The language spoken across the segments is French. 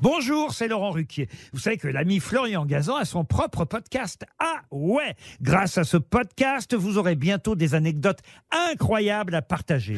Bonjour, c'est Laurent Ruquier. Vous savez que l'ami Florian Gazan a son propre podcast. Ah ouais! Grâce à ce podcast, vous aurez bientôt des anecdotes incroyables à partager.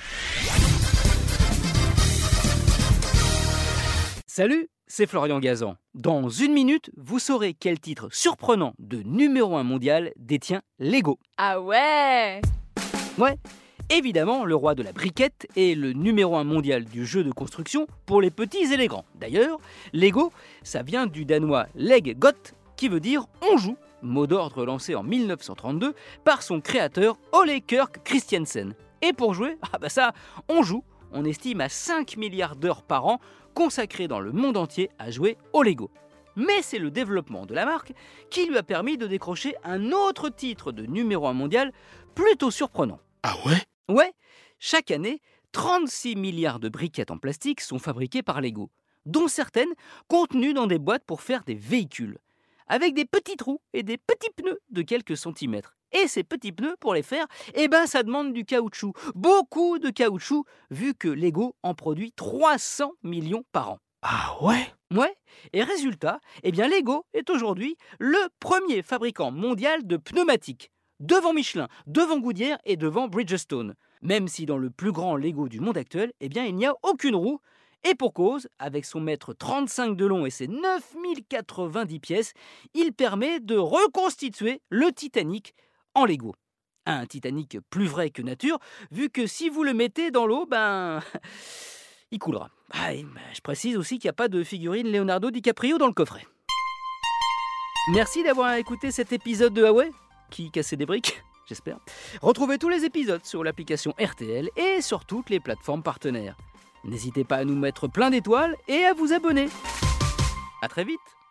Salut, c'est Florian Gazan. Dans une minute, vous saurez quel titre surprenant de numéro 1 mondial détient Lego. Ah ouais! Ouais, évidemment, le roi de la briquette est le numéro 1 mondial du jeu de construction pour les petits et les grands. D'ailleurs, Lego, ça vient du danois leg got, qui veut dire on joue, mot d'ordre lancé en 1932 par son créateur Ole Kirk Christiansen. Et pour jouer, on joue. On estime à 5 milliards d'heures par an consacrées dans le monde entier à jouer au Lego. Mais c'est le développement de la marque qui lui a permis de décrocher un autre titre de numéro 1 mondial plutôt surprenant. Ah ouais? Ouais, chaque année, 36 milliards de briquettes en plastique sont fabriquées par Lego, dont certaines contenues dans des boîtes pour faire des véhicules, avec des petits trous et des petits pneus de quelques centimètres. Et ces petits pneus, pour les faire, ça demande du caoutchouc, beaucoup de caoutchouc, vu que Lego en produit 300 millions par an. Ah ouais? Ouais, et résultat, Lego est aujourd'hui le premier fabricant mondial de pneumatiques, devant Michelin, devant Goodyear et devant Bridgestone. Même si dans le plus grand Lego du monde actuel, il n'y a aucune roue. Et pour cause, avec son mètre 35 de long et ses 9090 pièces, il permet de reconstituer le Titanic en Lego. Un Titanic plus vrai que nature, vu que si vous le mettez dans l'eau, il coulera. Je précise aussi qu'il n'y a pas de figurine Leonardo DiCaprio dans le coffret. Merci d'avoir écouté cet épisode de Huawei, qui cassait des briques, j'espère. Retrouvez tous les épisodes sur l'application RTL et sur toutes les plateformes partenaires. N'hésitez pas à nous mettre plein d'étoiles et à vous abonner. À très vite!